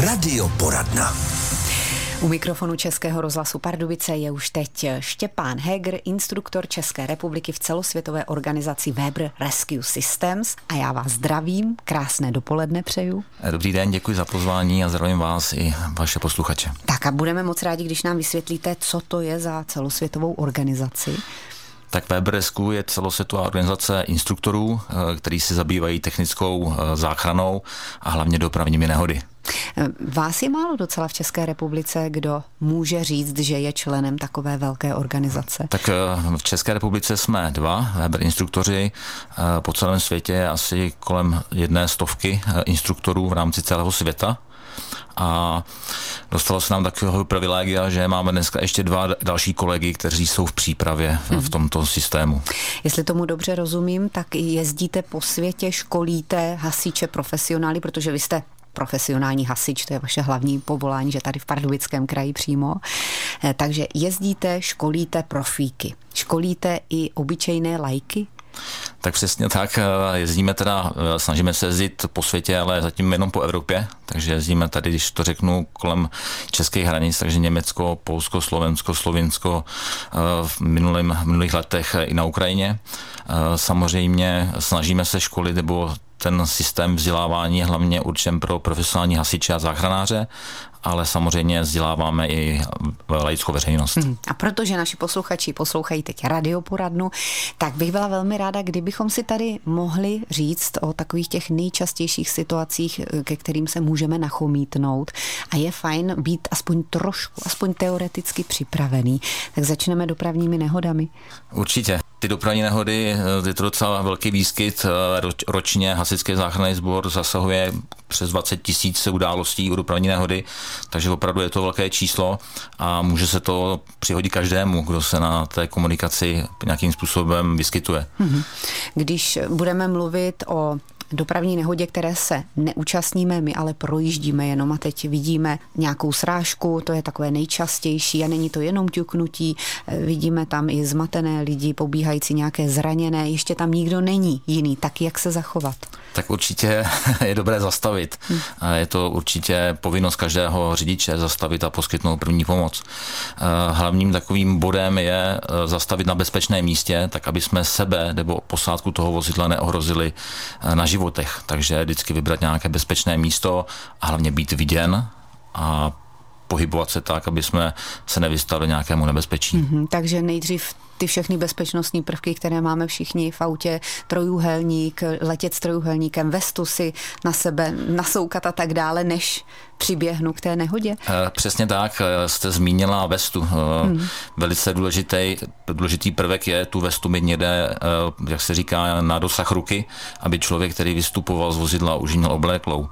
Radioporadna. U mikrofonu Českého rozhlasu Pardubice je už teď Štěpán Heger, instruktor České republiky v celosvětové organizaci Weber Rescue Systems. A já vás zdravím, krásné dopoledne přeju. Dobrý den, děkuji za pozvání a zdravím vás i vaše posluchače. Tak a budeme moc rádi, když nám vysvětlíte, co to je za celosvětovou organizaci. Tak Weber Rescue je celosvětová organizace instruktorů, kteří se zabývají technickou záchranou a hlavně dopravními nehody. Vás je málo docela v České republice, kdo může říct, že je členem takové velké organizace. Tak v České republice jsme dva Weber instruktoři, po celém světě je asi kolem 100 instruktorů v rámci celého světa. A dostalo se nám takového privilegia, že máme dneska ještě 2 další kolegy, kteří jsou v přípravě v tomto systému. Jestli tomu dobře rozumím, tak jezdíte po světě, školíte hasiče profesionály, protože vy jste profesionální hasič, to je vaše hlavní povolání, že tady v Pardubickém kraji přímo. Takže jezdíte, školíte profíky. Školíte i obyčejné laiky? Tak přesně tak, jezdíme teda, snažíme se jezdit po světě, ale zatím jenom po Evropě, takže jezdíme tady, když to řeknu, kolem českých hranic, takže Německo, Polsko, Slovensko, Slovinsko, v minulých letech i na Ukrajině. Samozřejmě snažíme se školit, nebo ten systém vzdělávání je hlavně určen pro profesionální hasiče a záchranáře, ale samozřejmě vzděláváme i laickou veřejnost. A protože naši posluchači poslouchají teď radioporadnu, tak bych byla velmi ráda, kdybychom si tady mohli říct o takových těch nejčastějších situacích, ke kterým se můžeme nachomítnout a je fajn být aspoň trošku, aspoň teoreticky připravený. Tak začneme dopravními nehodami. Určitě. Ty dopravní nehody, je to docela velký výskyt. Ročně hasičský záchranný sbor zasahuje přes 20 000 událostí u dopravní nehody, takže opravdu je to velké číslo a může se to přihodit každému, kdo se na té komunikaci nějakým způsobem vyskytuje. Když budeme mluvit o dopravní nehodě, které se neúčastníme, my ale projíždíme jenom a teď vidíme nějakou srážku, to je takové nejčastější a není to jenom ťuknutí, vidíme tam i zmatené lidi, pobíhající nějaké zraněné, ještě tam nikdo není jiný, tak jak se zachovat? Tak určitě je dobré zastavit. Je to určitě povinnost každého řidiče zastavit a poskytnout první pomoc. Hlavním takovým bodem je zastavit na bezpečném místě, tak aby jsme sebe nebo posádku toho vozidla neohrozili na životech. Takže vždycky vybrat nějaké bezpečné místo a hlavně být viděn a pohybovat se tak, aby jsme se nevystali nějakému nebezpečí. Takže nejdřív ty všechny bezpečnostní prvky, které máme všichni v autě, trojúhelník, letět s trojúhelníkem, vestu si na sebe nasoukat a tak dále, než přiběhnu k té nehodě? Přesně tak, jste zmínila vestu. Velice důležitý prvek je tu vestu mít někde, jak se říká, na dosah ruky, aby člověk, který vystupoval z vozidla, už měl obléklou.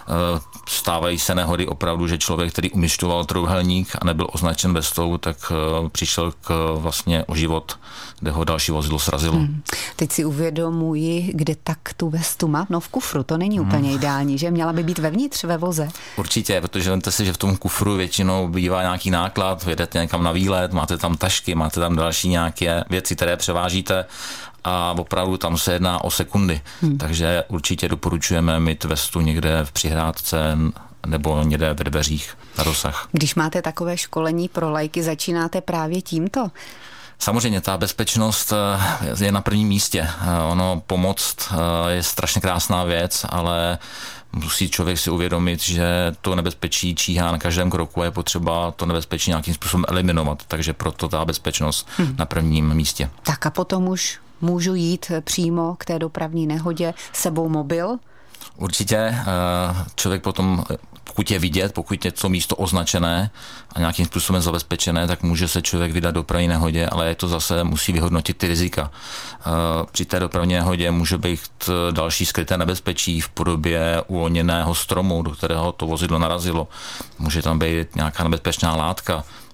Stávají se nehody opravdu, že člověk, který umisťoval trojúhelník a nebyl označen vestou, tak přišel vlastně o život, kde ho další vozidlo srazilo. Teď si uvědomuji, kde tak tu vestu má. No v kufru, to není úplně ideální, že? Měla by být vevnitř ve voze. Určitě, protože vemte si, že v tom kufru většinou bývá nějaký náklad, jedete někam na výlet, máte tam tašky, máte tam další nějaké věci, které převážíte a opravdu tam se jedná o sekundy. Takže určitě doporučujeme mít vestu někde v přihrádce nebo někde ve dveřích na dosah. Když máte takové školení pro laiky, začínáte právě tímto? Samozřejmě ta bezpečnost je na prvním místě. Ono pomoct je strašně krásná věc, ale musí člověk si uvědomit, že to nebezpečí číhá na každém kroku a je potřeba to nebezpečí nějakým způsobem eliminovat. Takže proto ta bezpečnost na prvním místě. Tak a potom už můžu jít přímo k té dopravní nehodě, sebou mobil? Určitě. Člověk potom, pokud je vidět, pokud je to místo označené a nějakým způsobem zabezpečené, tak může se člověk vydat dopravní nehodě, ale je to zase musí vyhodnotit ty rizika. Při té dopravní nehodě může být další skryté nebezpečí v podobě uvolněného stromu, do kterého to vozidlo narazilo. Může tam být nějaká nebezpečná látka,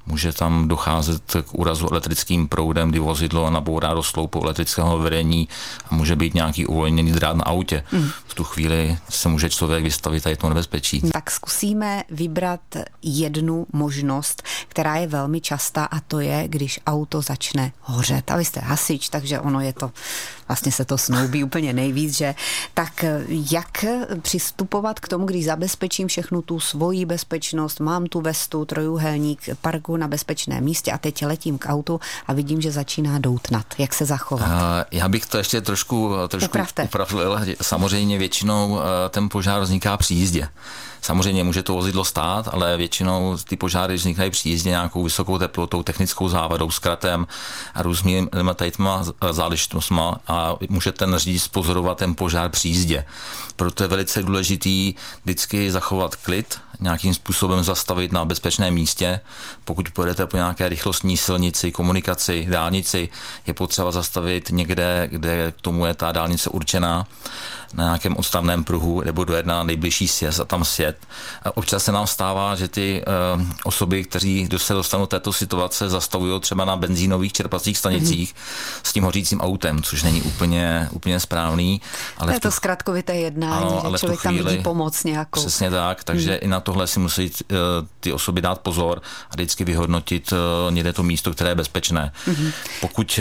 může tam docházet k úrazu elektrickým proudem, kdy vozidlo nabourá do sloupu elektrického vedení a může být nějaký uvolněný drát na autě. V tu chvíli se může člověk vystavit tady tomu nebezpečí. Tak zkusíme vybrat jednu možnost, která je velmi častá, a to je, když auto začne hořet. A vy jste hasič, takže ono je to, vlastně se to snoubí úplně nejvíc, že? Tak jak přistupovat k tomu, když zabezpečím všechnu tu svoji bezpečnost, mám tu vestu, trojúhelník, parku na bezpečném místě a teď letím k autu a vidím, že začíná doutnat. Jak se zachovat? Já bych to ještě trošku upravil. Samozřejmě většinou ten požár vzniká při jízdě. Samozřejmě může to vozidlo stát, ale většinou ty požáry vznikají při jízdě nějakou vysokou teplotou, technickou závadou, zkratem a různými záležitostmi a může ten řidič pozorovat ten požár při jízdě. Proto je velice důležitý vždycky zachovat klid, nějakým způsobem zastavit na bezpečném místě. Pokud pojedete po nějaké rychlostní silnici, komunikaci, dálnici, je potřeba zastavit někde, kde k tomu je ta dálnice určená, na nějakém odstavném pruhu nebo dojet na nejbližší sjezd a tam sjet. Občas se nám stává, že ty osoby, kteří se dostanou do této situace, zastavují třeba na benzínových čerpacích stanicích s tím hořícím autem, což není úplně správný. Ale je to zkratkovité jednání, ano, že člověk tam vidí pomoc nějakou. Přesně tak, takže i na tohle si musí ty osoby dát pozor a vždycky vyhodnotit někde to místo, které je bezpečné. Pokud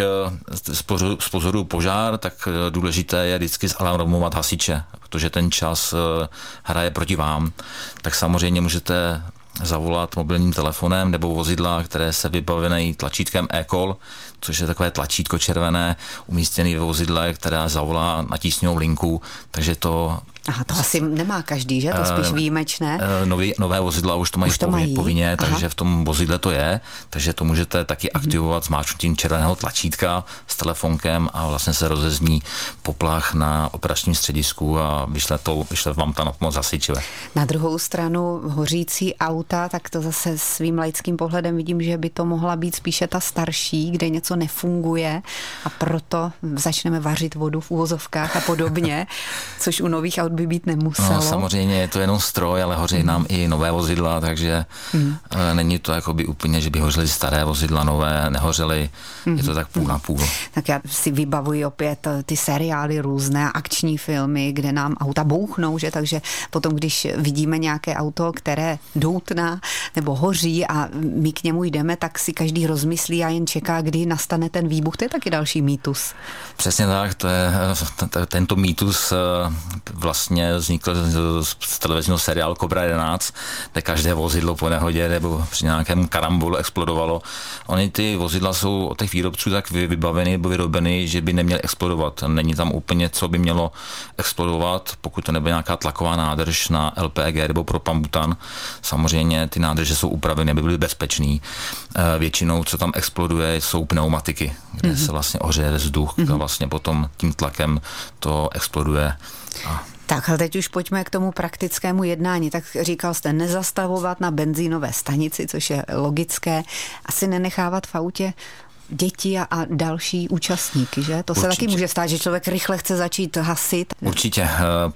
spozoruju požár, tak důležité je vždycky zalarmovat hasiče, protože ten čas hraje proti vám. Tak samozřejmě můžete zavolat mobilním telefonem nebo vozidla, které se vybavené tlačítkem e-call, což je takové tlačítko červené, umístěné ve vozidle, která zavolá na tísňovou linku, takže to... Aha, to asi nemá každý, že? To spíš výjimečné. Nové vozidla už to mají povinně, takže v tom vozidle to je, takže to můžete taky aktivovat zmáčknutím červeného tlačítka s telefonkem a vlastně se rozezní poplach na operačním středisku a vyšle vám ta pomoc hasičové. Na druhou stranu hořící auta, tak to zase svým laickým pohledem vidím, že by to mohla být spíše ta starší, kde něco nefunguje a proto začneme vařit vodu v uvozovkách a podobně, což u nových aut by být nemuselo. No, samozřejmě je to jenom stroj, ale hoří nám i nové vozidla, takže není to jakoby úplně, že by hořely staré vozidla, nové nehořely. Je to tak půl na půl. Tak já si vybavuji opět ty seriály různé, akční filmy, kde nám auta bouchnou, že? Takže potom, když vidíme nějaké auto, které doutná nebo hoří a my k němu jdeme, tak si každý rozmyslí a jen čeká, kdy nastane ten výbuch. To je taky další mýtus. Přesně tak, to je tento mýtus vlastně vznikl z televizního seriálu Cobra 11, kde každé vozidlo po nehodě nebo při nějakém karambolu explodovalo. Ony ty vozidla jsou od těch výrobců tak vybaveny nebo vyrobeny, že by neměly explodovat. Není tam úplně, co by mělo explodovat, pokud to nebude nějaká tlaková nádrž na LPG nebo propan-butan. Samozřejmě ty nádrže jsou upraveny, aby byly bezpečný. Většinou, co tam exploduje, jsou pneumatiky, kde se vlastně ohřeje vzduch a vlastně potom tím tlakem to exploduje. Tak a teď už pojďme k tomu praktickému jednání. Tak říkal jste nezastavovat na benzínové stanici, což je logické. Asi nenechávat v autě děti a další účastníky, že? To se taky může stát, že člověk rychle chce začít hasit. Určitě.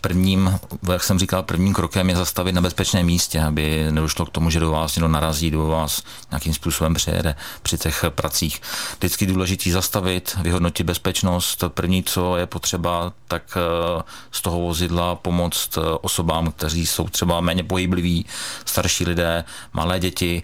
Jak jsem říkal, prvním krokem je zastavit na bezpečném místě, aby nedošlo k tomu, že do vás někdo narazí, do vás nějakým způsobem přejede při těch pracích. Vždycky důležitý zastavit, vyhodnotit bezpečnost. První, co je potřeba, tak z toho vozidla pomoct osobám, kteří jsou třeba méně pohybliví, starší lidé, malé děti.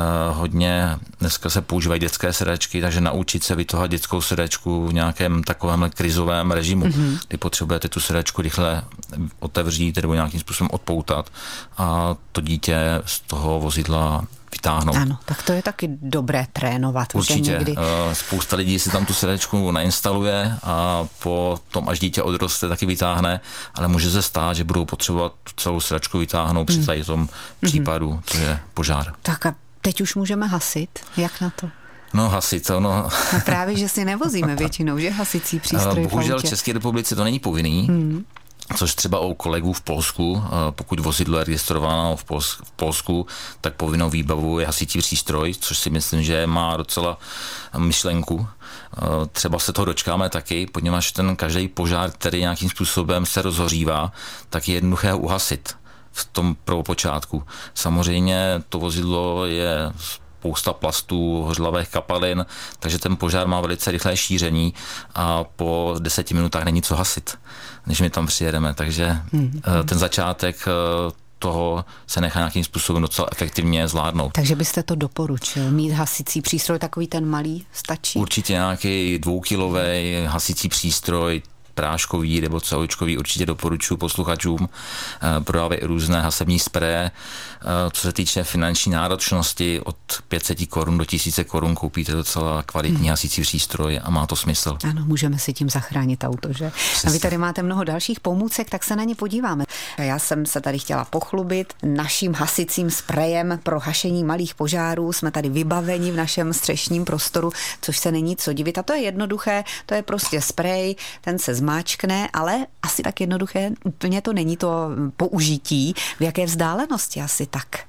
Hodně dneska se používají dětské sedačky, takže naučit se vytohat dětskou sedačku v nějakém takovém krizovém režimu, kdy potřebujete tu sedačku rychle otevřít nebo nějakým způsobem odpoutat a to dítě z toho vozidla vytáhnout. Ano, tak to je taky dobré trénovat. Určitě. Někdy... Spousta lidí si tam tu sedačku nainstaluje a po tom, až dítě odroste, taky vytáhne, ale může se stát, že budou potřebovat tu celou sedačku vytáhnout při tady tom případu, to je požár. Tak a teď už můžeme hasit. Jak na to? No hasit, no. No právě, že si nevozíme většinou, že hasicí přístroj bohužel v České republice to není povinný, což třeba u kolegů v Polsku, pokud vozidlo je registrováno v Polsku, tak povinnou výbavu je hasicí přístroj, což si myslím, že má docela myšlenku. Třeba se toho dočkáme taky, poněvadž ten každý požár, který nějakým způsobem se rozhořívá, tak je jednoduché uhasit v tom prvopočátku. Samozřejmě to vozidlo je spousta plastů, hořlavých kapalin, takže ten požár má velice rychlé šíření a po 10 minutách není co hasit, než my tam přijedeme. Takže ten začátek toho se nechá nějakým způsobem docela efektivně zvládnout. Takže byste to doporučil? Mít hasicí přístroj, takový ten malý, stačí? Určitě nějaký 2kilový hasicí přístroj, práškový nebo celočkový určitě doporučuji posluchačům. Prodávají různé hasební spreje. Co se týče finanční náročnosti, od 500 korun do 1000 korun koupíte docela kvalitní hasící přístroj a má to smysl. Ano, můžeme si tím zachránit auto, že? A vy tady máte mnoho dalších pomůcek, tak se na ně podíváme. Já jsem se tady chtěla pochlubit naším hasicím sprejem pro hašení malých požárů. Jsme tady vybaveni v našem střešním prostoru, což se není co divit. A to je jednoduché, to je prostě sprej, ten se zmáčkne, ale asi tak jednoduché úplně to není to použití. V jaké vzdálenosti asi tak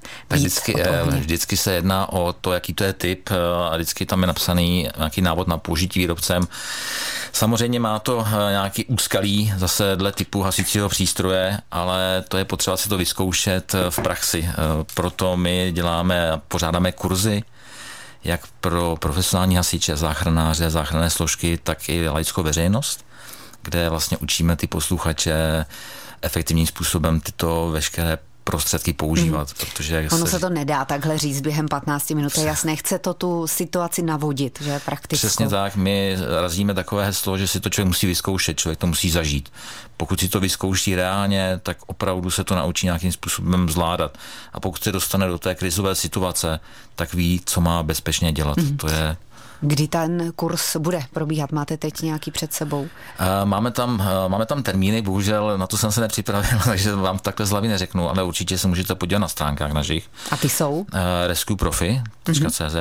vždycky se jedná o to, jaký to je typ a vždycky tam je napsaný nějaký návod na použití výrobcem. Samozřejmě má to nějaký úskalí zase dle typu hasicího přístroje, ale to je potřeba si to vyzkoušet v praxi. Proto my pořádáme kurzy, jak pro profesionální hasiče, záchranáře, záchranné složky, tak i laickou veřejnost, kde vlastně učíme ty posluchače efektivním způsobem tyto veškeré prostředky používat, protože... Ono se to nedá takhle říct během 15 minut, je jasné, chce to tu situaci navodit, že praktickou. Přesně tak, my razíme takové heslo, že si to člověk musí vyzkoušet, člověk to musí zažít. Pokud si to vyzkouší reálně, tak opravdu se to naučí nějakým způsobem zvládat. A pokud se dostane do té krizové situace, tak ví, co má bezpečně dělat. To je... Kdy ten kurz bude probíhat? Máte teď nějaký před sebou? Máme tam termíny, bohužel na to jsem se nepřipravil, takže vám takhle z hlavy neřeknu, ale určitě se můžete podívat na stránkách našich. A ty jsou? rescueprofi.cz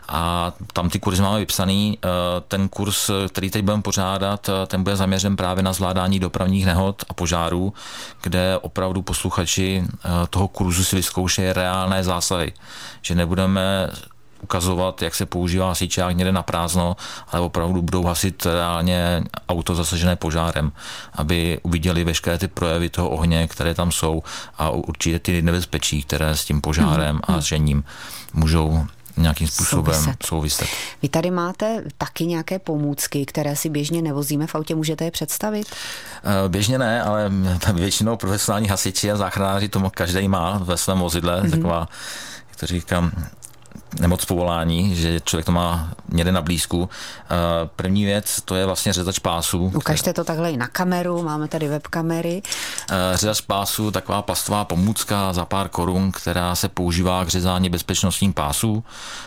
a tam ty kurzy máme vypsaný. Ten kurz, který teď budeme pořádat, ten bude zaměřen právě na zvládání dopravních nehod a požárů, kde opravdu posluchači toho kurzu si vyzkoušejí reálné zásahy, že nebudeme ukazovat, jak se používá hasičák někde na prázdno, ale opravdu budou hasit reálně auto zasažené požárem, aby uviděli veškeré ty projevy toho ohně, které tam jsou a určitě ty nebezpečí, které s tím požárem a žením můžou nějakým způsobem souviset. Vy tady máte taky nějaké pomůcky, které si běžně nevozíme v autě, můžete je představit? Běžně ne, ale většinou profesionální hasiči a záchranáři to každý má ve svém vozidle, taková, jak to říkám, nemoc povolání, že člověk to má někde na blízku. První věc, to je vlastně řezač pásů. Ukažte to takhle i na kameru, máme tady webkamery. Řezač pásů, taková plastová pomůcka za pár korun, která se používá k řezání bezpečnostních pásů.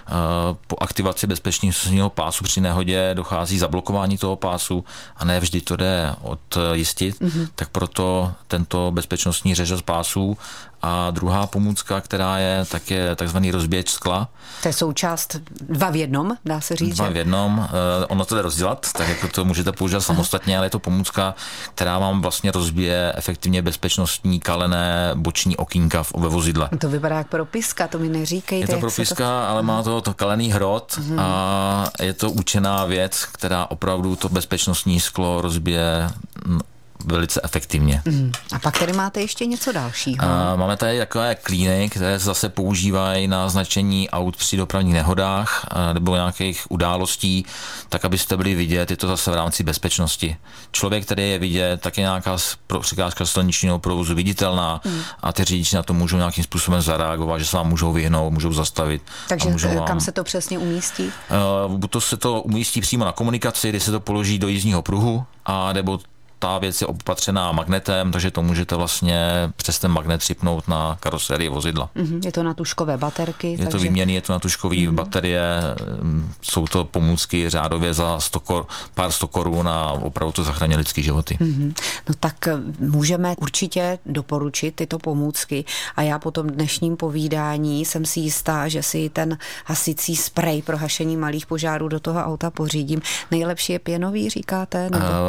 Po aktivaci bezpečnostního pásu při nehodě dochází zablokování toho pásu a ne vždy to jde odjistit, tak proto tento bezpečnostní řezač pásů. A druhá pomůcka, která je takzvaný rozběč skla. To je součást 2 v 1, dá se říct. 2 v 1. Ono to jde rozdělat, tak jako to můžete používat samostatně, ale je to pomůcka, která vám vlastně rozbije efektivně bezpečnostní kalené boční okýnka ve vozidle. To vypadá jak propiska, to mi neříkejte. Je to propiska, ale má to kalený hrot a je to účinná věc, která opravdu to bezpečnostní sklo rozbije velice efektivně. A pak tady máte ještě něco dalšího. Máme tady takové klíny, které zase používají na značení aut při dopravních nehodách nebo nějakých událostí, tak abyste byli vidět, je to zase v rámci bezpečnosti. Člověk, který je vidět, tak je nějaká překážka silničního provozu viditelná a ty řidiči na to můžou nějakým způsobem zareagovat, že se vám můžou vyhnout, můžou zastavit. Takže kam se to přesně umístí? Buď to se to umístí přímo na komunikaci, kdy se to položí do jízdního pruhu, a nebo ta věc je opatřená magnetem, takže to můžete vlastně přes ten magnet připnout na karosérii vozidla. Je to na tužkové baterky. Je to výměnný, je to na tužkové baterie, jsou to pomůcky řádově za pár 100 korun a opravdu to zachraňuje lidský životy. No tak můžeme určitě doporučit tyto pomůcky a já po tom dnešním povídání jsem si jistá, že si ten hasicí sprej pro hašení malých požárů do toho auta pořídím. Nejlepší je pěnový, říkáte?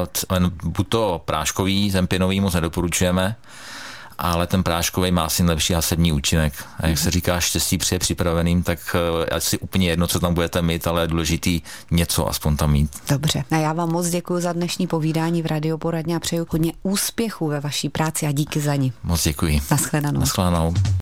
Buď to práškový, ten pěnový moc nedoporučujeme, ale ten práškový má asi lepší hasební účinek. A jak se říká, štěstí přeje připraveným, tak asi úplně jedno, co tam budete mít, ale je důležitý něco aspoň tam mít. Dobře. A já vám moc děkuji za dnešní povídání v Radioporadně a přeju hodně úspěchu ve vaší práci a díky za ní. Moc děkuji. Naschledanou. Naschledanou.